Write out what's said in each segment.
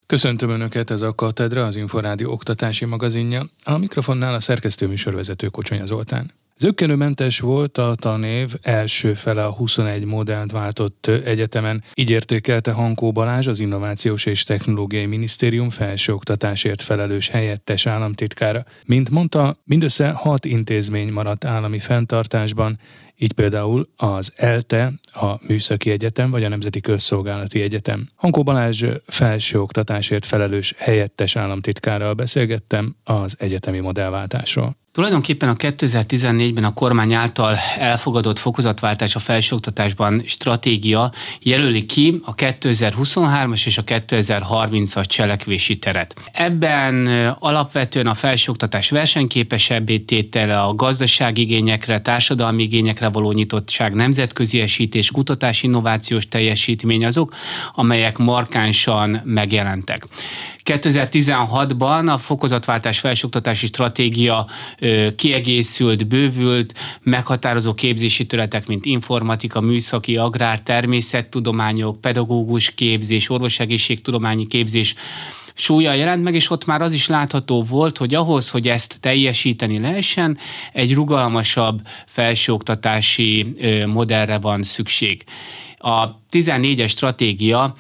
Köszöntöm Önöket, ez a Katedra, az Inforádió oktatási magazinja. A mikrofonnál a szerkesztő műsorvezető Kocsonya Zoltán. Zökkenőmentes volt a tanév, első fele a 21 modellt váltott egyetemen. Így értékelte Hankó Balázs, az Innovációs és Technológiai Minisztérium felsőoktatásért felelős helyettes államtitkára. Mint mondta, mindössze 6 intézmény maradt állami fenntartásban, így például az ELTE, a Műszaki Egyetem vagy a Nemzeti Közszolgálati Egyetem. Hankó Balázs felsőoktatásért felelős helyettes államtitkárral beszélgettem az egyetemi modellváltásról. Tulajdonképpen a 2014-ben a kormány által elfogadott fokozatváltás a felsőoktatásban stratégia jelöli ki a 2023-as és a 2030-as cselekvési teret. Ebben alapvetően a felsőoktatás versenyképesebbé tétele, a gazdasági igényekre, társadalmi igényekre való nyitottság, nemzetközi esítés, kutatási innovációs teljesítmény azok, amelyek markánsan megjelentek. 2016-ban a fokozatváltás felsőoktatási stratégia kiegészült, bővült, meghatározó képzési területek, mint informatika, műszaki, agrár, természettudományok, pedagógus képzés, orvosegészségtudományi képzés súlya jelent meg, és ott már az is látható volt, hogy ahhoz, hogy ezt teljesíteni lehessen, egy rugalmasabb felsőoktatási modellre van szükség. A 14-es stratégia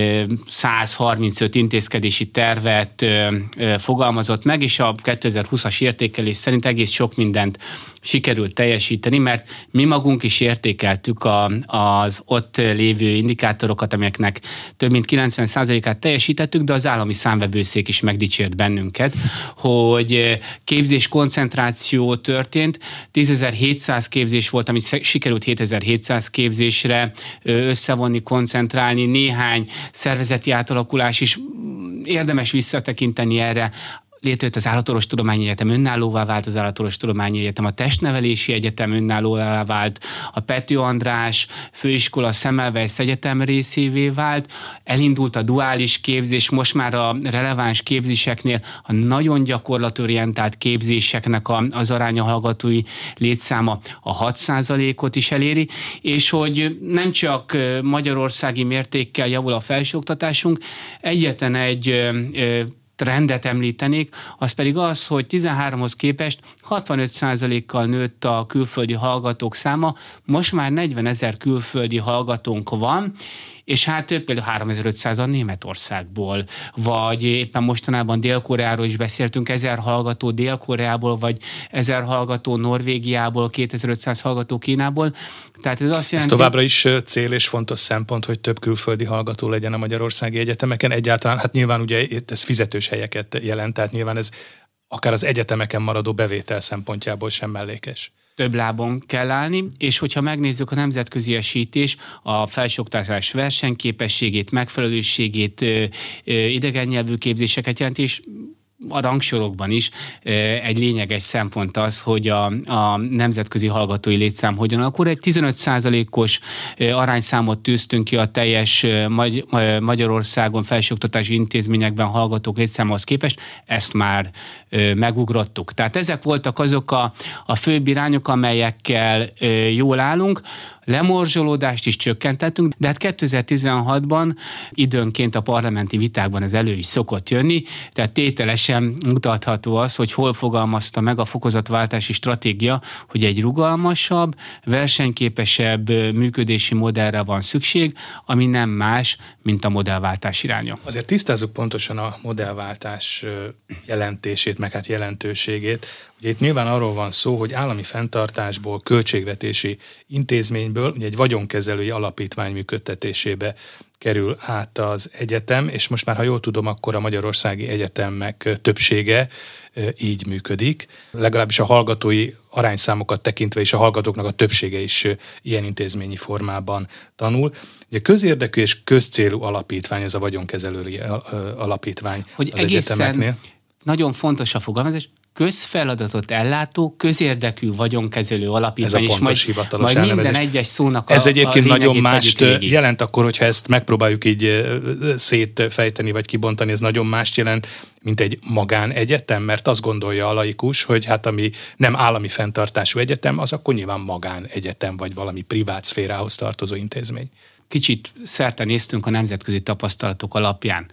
135 intézkedési tervet fogalmazott meg, és a 2020-as értékelés szerint egész sok mindent sikerült teljesíteni, mert mi magunk is értékeltük az ott lévő indikátorokat, amelyeknek több mint 90%-át teljesítettük, de az állami számvevőszék is megdicsért bennünket, hogy képzés koncentráció történt, 10.700 képzés volt, ami sikerült 7.700 képzésre összevonni, koncentrálni, néhány szervezeti átalakulás is, érdemes visszatekinteni erre. Létrejött az Állatorvostudományi Egyetem, önállóvá vált az Állatorvostudományi Egyetem, a Testnevelési Egyetem önállóvá vált, a Pető András Főiskola Semmelweis Egyetem részévé vált, elindult a duális képzés, most már a releváns képzéseknél a nagyon gyakorlatorientált képzéseknek az aránya hallgatói létszáma a 6%-ot is eléri, és hogy nem csak magyarországi mértékkel javul a felsőoktatásunk, egyetlen egy trendet említenék, az pedig az, hogy 13-hoz képest 65%-kal nőtt a külföldi hallgatók száma, most már 40 000 külföldi hallgatónk van, és hát például 3500-an Németországból, vagy éppen mostanában Dél-Koreáról is beszéltünk, 1000 hallgató Dél-Koreából, vagy 1000 hallgató Norvégiából, 2500 hallgató Kínából. Tehát ez azt jelenti, ez továbbra is cél és fontos szempont, hogy több külföldi hallgató legyen a magyarországi egyetemeken. Egyáltalán, hát nyilván ugye ez fizetős helyeket jelent, tehát nyilván ez akár az egyetemeken maradó bevétel szempontjából sem mellékes. Több lábon kell állni, és hogyha megnézzük a nemzetközi esítés, a felsőoktatás versenyképességét, megfelelőségét, idegen nyelvű képzéseket jelent, és a rangsorokban is egy lényeges szempont az, hogy a nemzetközi hallgatói létszám hogyan alakul. Egy 15%-os arányszámot tűztünk ki a teljes Magyarországon felsőoktatási intézményekben hallgatók létszámához képest, ezt már megugrottuk. Tehát ezek voltak azok a főbb irányok, amelyekkel jól állunk. Lemorzsolódást is csökkentettünk, de hát 2016-ban időnként a parlamenti vitákban ez elő is szokott jönni, tehát tételesen mutatható az, hogy hol fogalmazta meg a fokozatváltási stratégia, hogy egy rugalmasabb, versenyképesebb működési modellre van szükség, ami nem más, mint a modellváltás iránya. Azért tisztázzuk pontosan a modellváltás jelentését, meg hát jelentőségét. Ugye itt nyilván arról van szó, hogy állami fenntartásból, költségvetési intézményből, ugye egy vagyonkezelői alapítvány működtetésébe kerül át az egyetem, és most már, ha jól tudom, akkor a magyarországi egyetemek többsége így működik. Legalábbis a hallgatói arányszámokat tekintve, és a hallgatóknak a többsége is ilyen intézményi formában tanul. Ugye közérdekű és közcélú alapítvány, ez a vagyonkezelői alapítvány hogy az egyetemeknél. Nagyon fontos a fogalmazás, közfeladatot ellátó, közérdekű vagyonkezelő alapítvány. Ez a pontos hivatalos elnevezés. Majd minden egyes szónak ez egyébként nagyon mást jelent akkor, hogyha ezt megpróbáljuk így szétfejteni vagy kibontani, ez nagyon mást jelent, mint egy magánegyetem, mert azt gondolja a laikus, hogy hát ami nem állami fenntartású egyetem, az akkor nyilván magánegyetem, vagy valami privát szférához tartozó intézmény. Kicsit szerte néztünk a nemzetközi tapasztalatok alapján.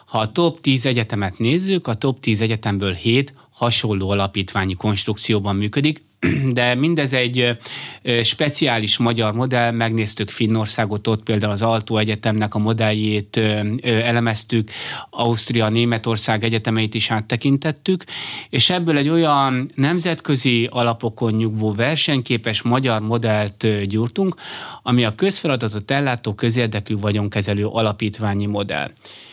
Ha a top 10 egyetemet nézzük, a top 10 egyetemből 7 hasonló alapítványi konstrukcióban működik, de mindez egy speciális magyar modell, megnéztük Finnországot, ott például az Aalto Egyetemnek a modelljét elemeztük, Ausztria, Németország egyetemeit is áttekintettük, és ebből egy olyan nemzetközi alapokon nyugvó versenyképes magyar modellt gyúrtunk, ami a közfeladatot ellátó közérdekű vagyonkezelő alapítványi modell.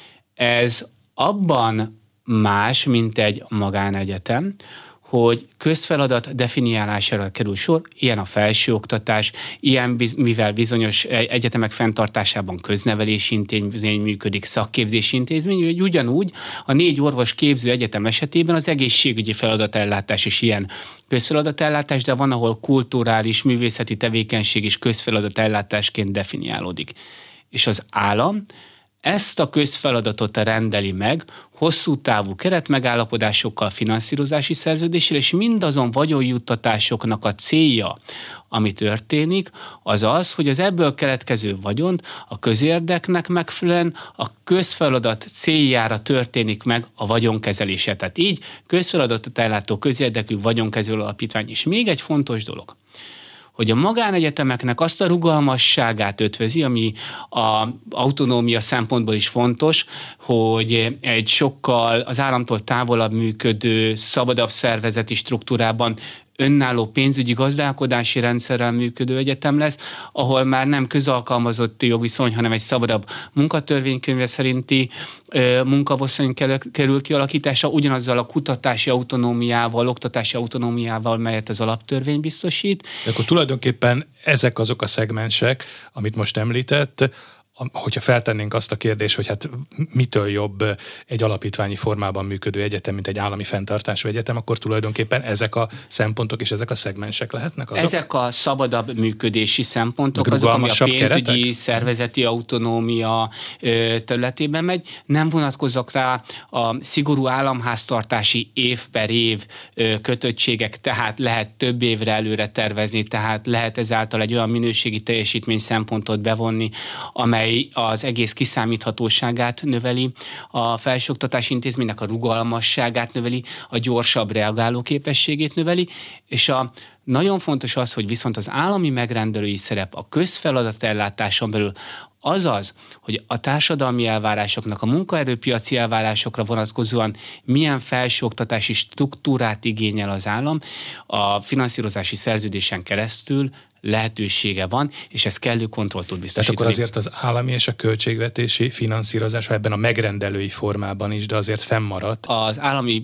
Ez abban más, mint egy magánegyetem, hogy közfeladat definiálására kerül sor, ilyen a felsőoktatás, ilyen mivel bizonyos egyetemek fenntartásában köznevelési intézmény működik, szakképzési intézmény, hogy ugyanúgy a 4 orvos képző egyetem esetében az egészségügyi feladatellátás is ilyen közfeladatellátás, de van, ahol kulturális, művészeti tevékenység is közfeladatellátásként definiálódik. És az állam ezt a közfeladatot rendeli meg hosszú távú keretmegállapodásokkal, finanszírozási szerződéssel, és mindazon vagyonjuttatásoknak a célja, ami történik, az az, hogy az ebből keletkező vagyont a közérdeknek megfelelően a közfeladat céljára történik meg a vagyonkezelése. Tehát így közfeladatot ellátó közérdekű vagyonkezelő alapítvány. És még egy fontos dolog, hogy a magánegyetemeknek azt a rugalmasságát ötvözi, ami az autonómia szempontból is fontos, hogy egy sokkal az államtól távolabb működő, szabadabb szervezeti struktúrában önálló pénzügyi gazdálkodási rendszerrel működő egyetem lesz, ahol már nem közalkalmazotti jogviszony, hanem egy szabadabb munkatörvénykönyve szerinti munkaviszony kerül kialakítása, ugyanazzal a kutatási autonómiával, oktatási autonómiával, melyet az alaptörvény biztosít. De akkor tulajdonképpen ezek azok a szegmensek, amit most említett, hogyha feltennénk azt a kérdést, hogy hát mitől jobb egy alapítványi formában működő egyetem, mint egy állami fenntartású egyetem, akkor tulajdonképpen ezek a szempontok és ezek a szegmensek lehetnek azok? Ezek a szabadabb működési szempontok, azok, ami a pénzügyi, keretek? Szervezeti autonómia területében megy, nem vonatkoznak rá a szigorú államháztartási év per év kötöttségek, tehát lehet több évre előre tervezni, tehát lehet ezáltal egy olyan minőségi teljesítmény szempontot bevonni, amely az egész kiszámíthatóságát növeli, a felsőoktatási intézménynek a rugalmasságát növeli, a gyorsabb reagáló képességét növeli, és nagyon fontos az, hogy viszont az állami megrendelői szerep a közfeladatellátáson belül azaz, hogy a társadalmi elvárásoknak, a munkaerőpiaci elvárásokra vonatkozóan milyen felsőoktatási struktúrát igényel az állam, a finanszírozási szerződésen keresztül lehetősége van, és ez kellő kontrollt tud biztosítani. Tehát akkor azért az állami és a költségvetési finanszírozás, ha ebben a megrendelői formában is, de azért fennmaradt. Az állami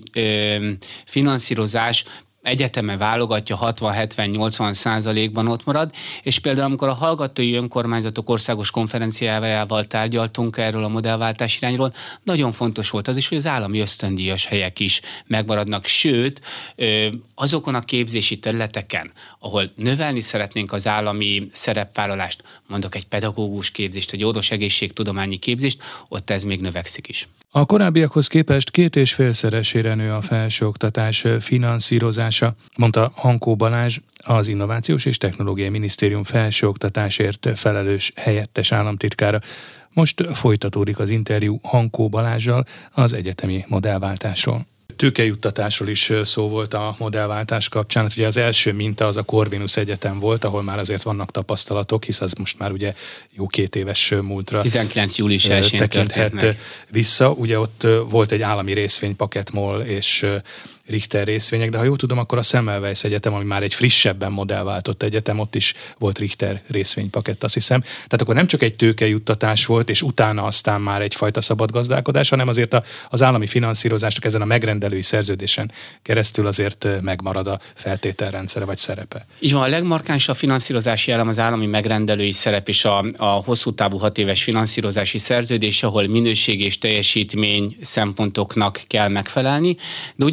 finanszírozás egyeteme válogatja 60-70-80%-ban ott marad, és például amikor a Hallgatói Önkormányzatok Országos Konferenciájával tárgyaltunk erről a modellváltás irányról, nagyon fontos volt az is, hogy az állami ösztöndíjas helyek is megmaradnak, sőt, azokon a képzési területeken, ahol növelni szeretnénk az állami szerepvállalást, mondok egy pedagógus képzést, egy orvos egészségtudományi képzést, ott ez még növekszik is. A korábbiakhoz képest 2,5-szeresére nő a felsőoktatás finanszírozása, mondta Hankó Balázs, az Innovációs és Technológiai Minisztérium felsőoktatásért felelős helyettes államtitkára. Most folytatódik az interjú Hankó Balázssal az egyetemi modellváltásról. Tőkejuttatásról is szó volt a modellváltás kapcsán. Ugye az első minta az a Corvinus Egyetem volt, ahol már azért vannak tapasztalatok, hisz az most már ugye jó 2 éves múltra 19. július 1-én tekinthet vissza. Ugye ott volt egy állami részvénypaket, MOL és Richter részvények, de ha jól tudom, akkor a Semmelweis Egyetem, ami már egy frissebben modellváltott egyetem, ott is volt Richter részvénypakett, azt hiszem. Tehát akkor nem csak egy tőkejuttatás volt, és utána aztán már egyfajta szabad gazdálkodás, hanem azért az állami finanszírozásnak ezen a megrendelői szerződésen keresztül azért megmarad a feltételrendszere vagy szerepe. Így van, a legmarkánsabb finanszírozási elem az állami megrendelői szerep és a hosszú távú 6 éves finanszírozási szerződés, ahol minőség és teljesítmény szempontoknak kell megfelelni, de ugyanakkor volt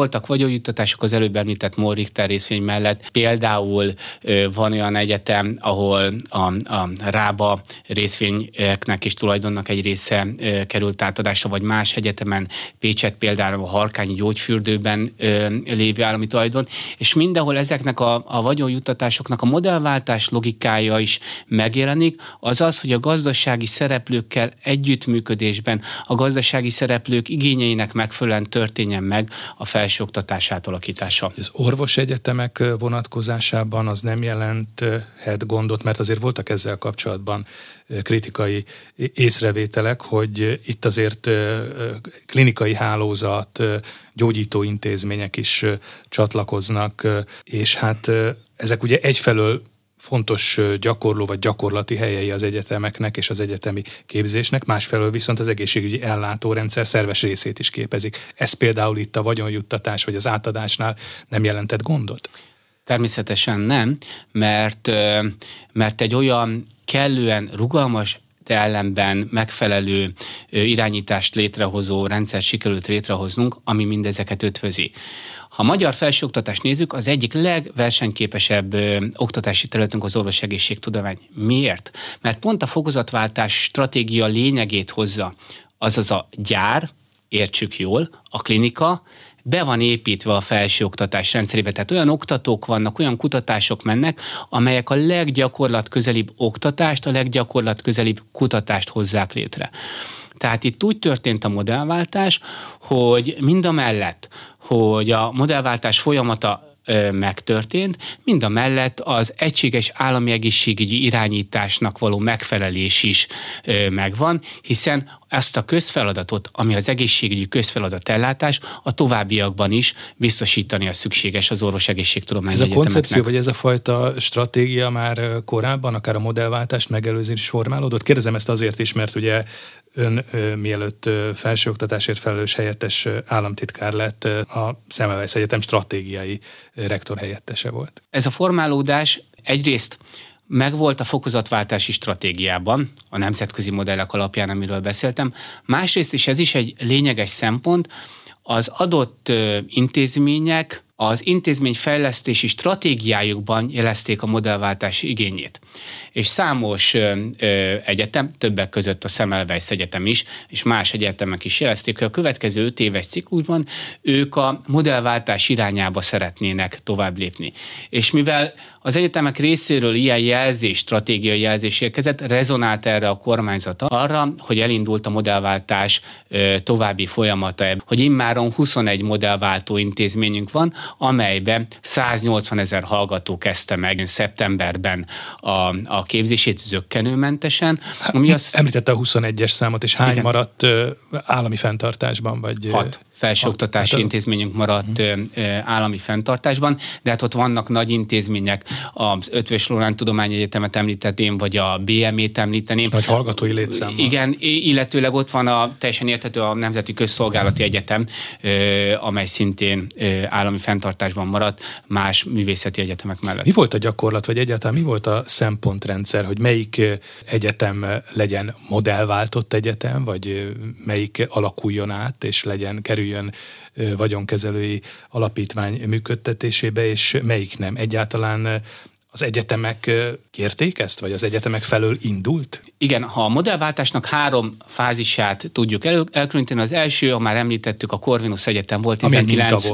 voltak vagyonjuttatások az előbb említett MOL Richter részvény mellett. Például van olyan egyetem, ahol a Rába részvényeknek és tulajdonnak egy része került átadásra, vagy más egyetemen, Pécset például a Harkányi gyógyfürdőben lévő állami tulajdon, és mindenhol ezeknek a vagyonjuttatásoknak a modellváltás logikája is megjelenik, azaz, hogy a gazdasági szereplőkkel együttműködésben a gazdasági szereplők igényeinek megfelelően történjen meg a felsőoktatás átalakítása. Az orvosegyetemek vonatkozásában az nem jelenthet gondot, mert azért voltak ezzel kapcsolatban kritikai észrevételek, hogy itt azért klinikai hálózat, gyógyító intézmények is csatlakoznak, és hát ezek ugye egyfelől fontos gyakorló vagy gyakorlati helyei az egyetemeknek és az egyetemi képzésnek, másfelől viszont az egészségügyi ellátórendszer szerves részét is képezik. Ez például itt a vagyonjuttatás vagy az átadásnál nem jelentett gondot? Természetesen nem, mert egy olyan kellően rugalmas, de ellenben megfelelő irányítást létrehozó rendszer sikerült létrehoznunk, ami mindezeket ötvözi. Ha a magyar felsőoktatást nézzük, az egyik legversenyképesebb oktatási területünk az orvosegészségtudomány. Miért? Mert pont a fokozatváltás stratégia lényegét hozza, azaz a gyár, értsük jól, a klinika, be van építve a felsőoktatás rendszerébe. Tehát olyan oktatók vannak, olyan kutatások mennek, amelyek a leggyakorlatközelibb oktatást, a leggyakorlatközelibb kutatást hozzák létre. Tehát itt úgy történt a modellváltás, hogy mindamellett, hogy a modellváltás folyamata megtörtént, mindamellett az egységes állami egészségügyi irányításnak való megfelelés is megvan, hiszen ezt a közfeladatot, ami az egészségügyi közfeladatellátás, a továbbiakban is biztosítani a szükséges az orvosegészségtudományi egyetemeknek. Ez a koncepció, vagy ez a fajta stratégia már korábban, akár a modellváltást megelőzően is formálódott? Kérdezem ezt azért is, mert ugye ön mielőtt felsőoktatásért felelős helyettes államtitkár lett, a Semmelweis Egyetem stratégiai rektor helyettese volt. Ez a formálódás egyrészt megvolt a fokozatváltási stratégiában, a nemzetközi modellek alapján, amiről beszéltem. Másrészt is ez is egy lényeges szempont, az adott intézmények az intézményfejlesztési stratégiájukban jelezték a modellváltás igényét. És számos egyetem, többek között a Semmelweis Egyetem is, és más egyetemek is jelezték, hogy a következő 5 éves ciklusban ők a modellváltás irányába szeretnének tovább lépni. És mivel az egyetemek részéről ilyen jelzés, stratégiai jelzés érkezett, rezonált erre a kormányzat arra, hogy elindult a modellváltás további folyamata, hogy immáron 21 modellváltó intézményünk van, amelyben 180 000 hallgató kezdte meg szeptemberben a képzését zökkenőmentesen. Említette a 21-es számot, és hány maradt állami fenntartásban? Vagy 6 felsőoktatási intézményünk maradt állami fenntartásban, de hát ott vannak nagy intézmények, az Eötvös Loránd Tudományegyetemet említeném, vagy a BME-t említeném. Nagy hallgatói létszámmal. Igen, illetőleg ott van teljesen érthető a Nemzeti Közszolgálati Egyetem, amely szintén állami fenntartásban maradt más művészeti egyetemek mellett. Mi volt a gyakorlat, vagy egyáltalán mi volt a szempontrendszer, hogy melyik egyetem legyen modellváltott egyetem, vagy melyik alakuljon át, és kerüljön vagyonkezelői alapítvány működtetésébe, és melyik nem? Egyáltalán az egyetemek kérték ezt, vagy az egyetemek felől indult? Igen, ha a modellváltásnak 3 fázisát tudjuk elkülöníteni, az első, ha már említettük, a Corvinus Egyetem volt 19.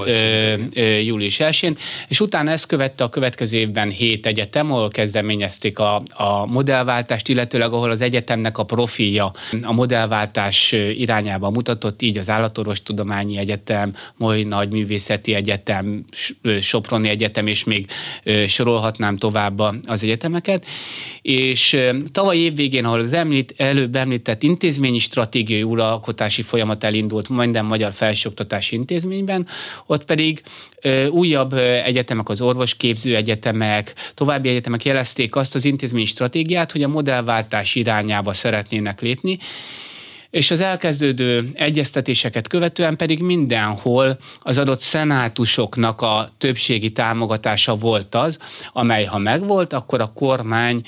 július 1-én, és utána ezt követte a következő évben 7 egyetem, ahol kezdeményezték a modellváltást, illetőleg ahol az egyetemnek a profilja a modellváltás irányába mutatott, így az Állatorvostudományi Egyetem, Moly Nagyművészeti Egyetem, Soproni Egyetem, és még sorolhatnám tovább az egyetemeket. És tavaly évvégén, ahol az előbb említett intézményi stratégiai uralkotási folyamat elindult minden magyar felsőoktatási intézményben, ott pedig újabb egyetemek, az orvosképző egyetemek, további egyetemek jelezték azt az intézményi stratégiát, hogy a modellváltás irányába szeretnének lépni. és az elkezdődő egyeztetéseket követően pedig mindenhol az adott szenátusoknak a többségi támogatása volt az, amely ha megvolt, akkor a kormány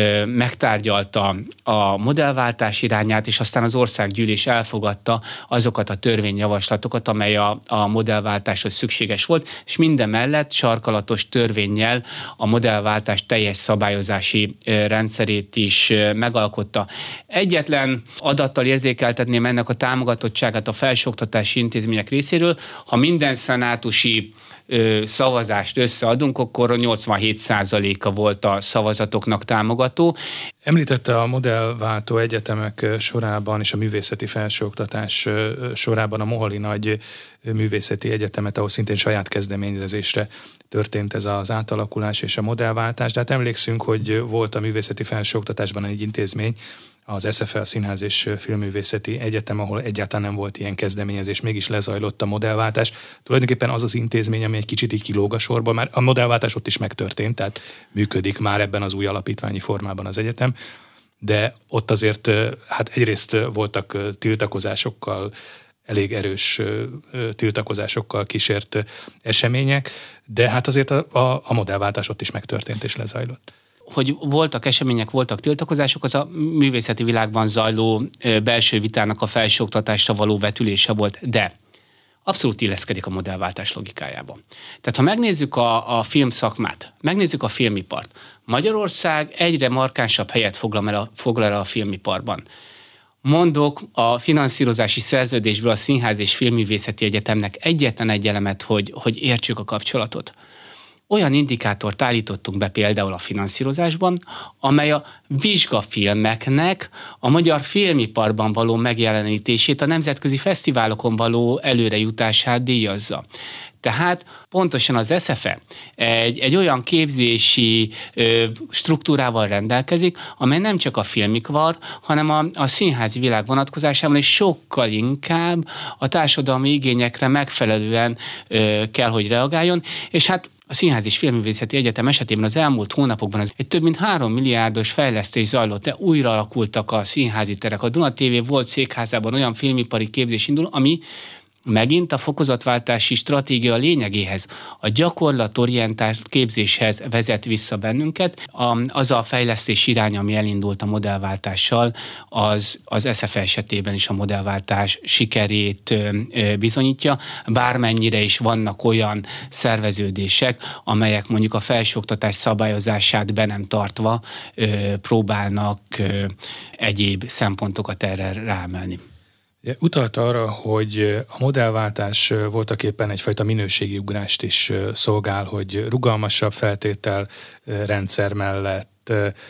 megtárgyalta a modellváltás irányát, és aztán az országgyűlés elfogadta azokat a törvényjavaslatokat, amely a modellváltáshoz szükséges volt, és mindemellett sarkalatos törvénnyel a modellváltás teljes szabályozási rendszerét is megalkotta. Egyetlen adattal érzékeltetném ennek a támogatottságát a felsőoktatási intézmények részéről. Ha minden szenátusi szavazást összeadunk, akkor 87%-a volt a szavazatoknak támogató. Említette a modellváltó egyetemek sorában és a művészeti felsőoktatás sorában a Moholi Nagy Művészeti Egyetemet, ahol szintén saját kezdeményezésre történt ez az átalakulás és a modellváltás. De hát emlékszünk, hogy volt a művészeti felsőoktatásban egy intézmény, az SFL Színház és Filmművészeti Egyetem, ahol egyáltalán nem volt ilyen kezdeményezés, mégis lezajlott a modellváltás. Tulajdonképpen az az intézmény, ami egy kicsit így kilóg a sorból, már a modellváltás ott is megtörtént, tehát működik már ebben az új alapítványi formában az egyetem, de ott azért hát egyrészt voltak tiltakozásokkal, elég erős tiltakozásokkal kísért események, de hát azért a modellváltás ott is megtörtént és lezajlott. Hogy voltak események, voltak tiltakozások, az a művészeti világban zajló belső vitának a felsőoktatásra való vetülése volt, de abszolút illeszkedik a modellváltás logikájába. Tehát ha megnézzük a filmszakmát, megnézzük a filmipart, Magyarország egyre markánsabb helyet foglal el a filmiparban. Mondok a finanszírozási szerződésből a Színház és Filmművészeti Egyetemnek egyetlen egy elemet, hogy értsük a kapcsolatot. Olyan indikátort állítottunk be például a finanszírozásban, amely a vizsgafilmeknek a magyar filmiparban való megjelenítését, a nemzetközi fesztiválokon való előrejutását díjazza. Tehát pontosan az SFE egy olyan képzési struktúrával rendelkezik, amely nem csak a filmipar, hanem a színházi világ vonatkozásában is sokkal inkább a társadalmi igényekre megfelelően kell, hogy reagáljon, és hát a Színház és Filmművészeti Egyetem esetében az elmúlt hónapokban egy több mint 3 milliárdos fejlesztés zajlott, de újra alakultak a színházi terek. A Duna TV volt székházában olyan filmipari képzés indul, ami megint a fokozatváltási stratégia lényegéhez, a gyakorlatorientált képzéshez vezet vissza bennünket. Az a fejlesztés irány, ami elindult a modellváltással, az SFE esetében is a modellváltás sikerét bizonyítja, bármennyire is vannak olyan szerveződések, amelyek mondjuk a felsőoktatás szabályozását be nem tartva próbálnak egyéb szempontokat erre ráemelni. Utalta arra, hogy a modellváltás voltaképpen egyfajta minőségi ugrást is szolgál, hogy rugalmasabb feltételrendszer mellett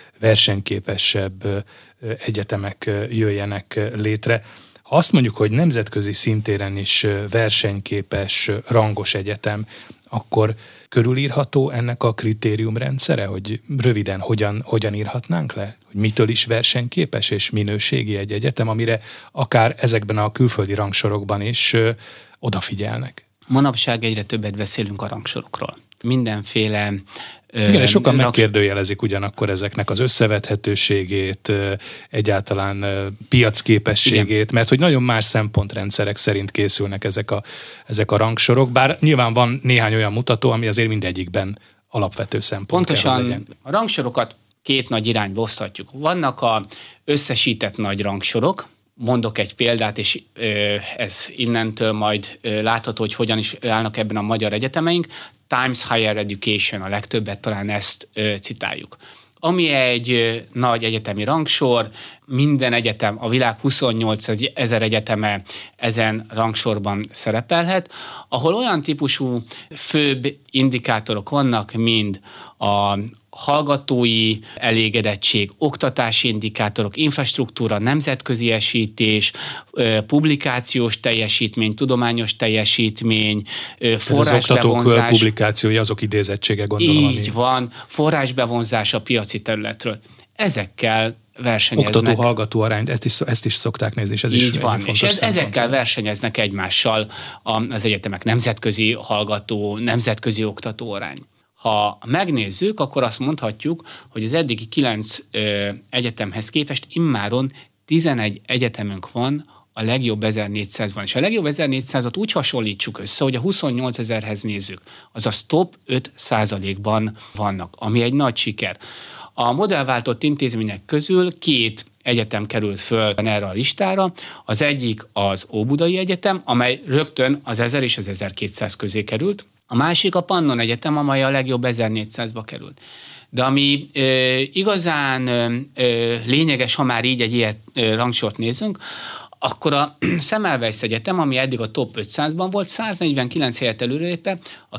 versenyképesebb egyetemek jöjjenek létre. Ha azt mondjuk, hogy nemzetközi szintéren is versenyképes, rangos egyetem, akkor körülírható ennek a kritériumrendszere, hogy röviden hogyan írhatnánk le? Hogy mitől is versenyképes és minőségi egy egyetem, amire akár ezekben a külföldi rangsorokban is odafigyelnek? Manapság egyre többet beszélünk a rangsorokról. Mindenféle igen, és sokan megkérdőjelezik ugyanakkor ezeknek az összevethetőségét, egyáltalán piacképességét, igen. Mert hogy nagyon más szempontrendszerek szerint készülnek ezek a rangsorok, bár nyilván van néhány olyan mutató, ami azért mindegyikben alapvető szempont pontosan kell, hogy legyen. A rangsorokat 2 nagy irányba oszthatjuk. Vannak az összesített nagy rangsorok, mondok egy példát, és ez innentől majd látható, hogy hogyan is állnak ebben a magyar egyetemeink. Times Higher Education, a legtöbbet talán ezt citáljuk. Ami egy nagy egyetemi rangsor, minden egyetem, a világ 28 000 egyeteme ezen rangsorban szerepelhet, ahol olyan típusú főbb indikátorok vannak, mind a hallgatói elégedettség, oktatási indikátorok, infrastruktúra, nemzetközi esítés, publikációs teljesítmény, tudományos teljesítmény, forrásbevonzás. Az oktatók publikációi, azok idézettsége, gondolom. Így van, forrásbevonzás a piaci területről. Ezekkel versenyeznek. Oktató-hallgató arányt, ezt is szokták nézni, és ez így is van, fontos és ezekkel versenyeznek egymással az egyetemek, nemzetközi hallgató, nemzetközi oktató arány. Ha megnézzük, akkor azt mondhatjuk, hogy az eddigi 9 egyetemhez képest immáron 11 egyetemünk van a legjobb 1400-ban. És a legjobb 1400-at úgy hasonlítsuk össze, hogy a 28 000-hez nézzük. Azaz top 5%-ban vannak, ami egy nagy siker. A modellváltott intézmények közül 2 egyetem került föl erre a listára. Az egyik az Óbudai Egyetem, amely rögtön az 1000 és az 1200 közé került. A másik a Pannon Egyetem, amely a legjobb 1400-ba került. De ami igazán lényeges, ha már így egy ilyen rangsort nézünk, akkor a Semmelweis Egyetem, ami eddig a top 500-ban volt, 149 helyet előrelépve a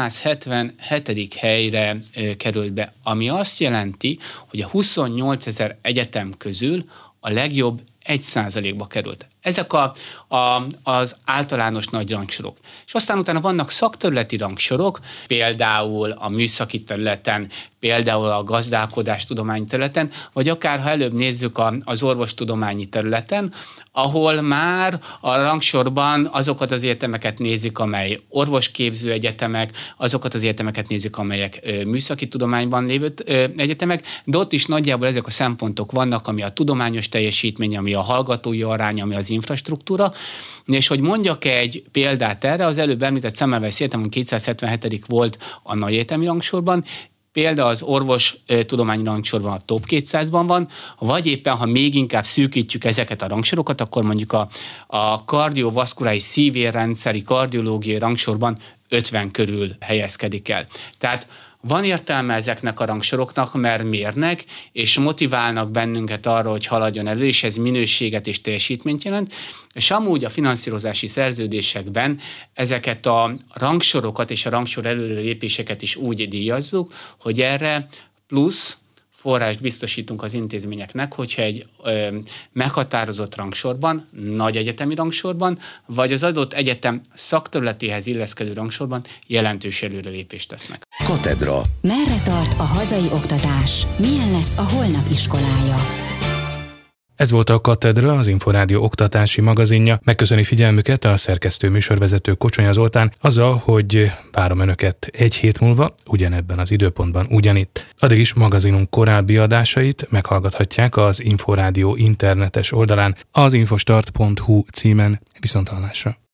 277. helyre került be, ami azt jelenti, hogy a 28 000 egyetem közül a legjobb 1%-ba került. Ezek az általános nagy rangsorok. És aztán utána vannak szakterületi rangsorok, például a műszaki területen, például a gazdálkodástudományi területen, vagy akár ha előbb nézzük az orvostudományi területen, ahol már a rangsorban azokat az egyetemeket nézik, amely orvosképző egyetemek, azokat az egyetemeket nézik, amelyek műszaki tudományban lévő egyetemek, de ott is nagyjából ezek a szempontok vannak, ami a tudományos teljesítmény, ami a hallgatói arány, ami az infrastruktúra. És hogy mondjak egy példát erre, az előbb említett Semmelweis Egyetem 277. volt a nagy egyetemi rangsorban, például az orvostudományi rangsorban a top 200-ban van, vagy éppen, ha még inkább szűkítjük ezeket a rangsorokat, akkor mondjuk a kardiovaszkuláris szívérrendszeri kardiológiai rangsorban 50 körül helyezkedik el. Tehát van értelme ezeknek a rangsoroknak, mert mérnek, és motiválnak bennünket arra, hogy haladjon elő, és ez minőséget és teljesítményt jelent, és amúgy a finanszírozási szerződésekben ezeket a rangsorokat és a rangsor előrelépéseket is úgy díjazzuk, hogy erre plusz forrást biztosítunk az intézményeknek, hogyha egy meghatározott rangsorban, nagy egyetemi rangsorban, vagy az adott egyetem szakterületéhez illeszkedő rangsorban jelentős előrelépést tesznek. Katedra. Merre tart a hazai oktatás? Milyen lesz a holnap iskolája? Ez volt a Katedra, az Inforádió oktatási magazinja. Megköszöni figyelmüket a szerkesztő műsorvezető Kocsonya Zoltán azzal, hogy várom Önöket egy hét múlva, ugyanebben az időpontban ugyanitt. Addig is magazinunk korábbi adásait meghallgathatják az Inforádió internetes oldalán, az infostart.hu címen. Viszonthallásra!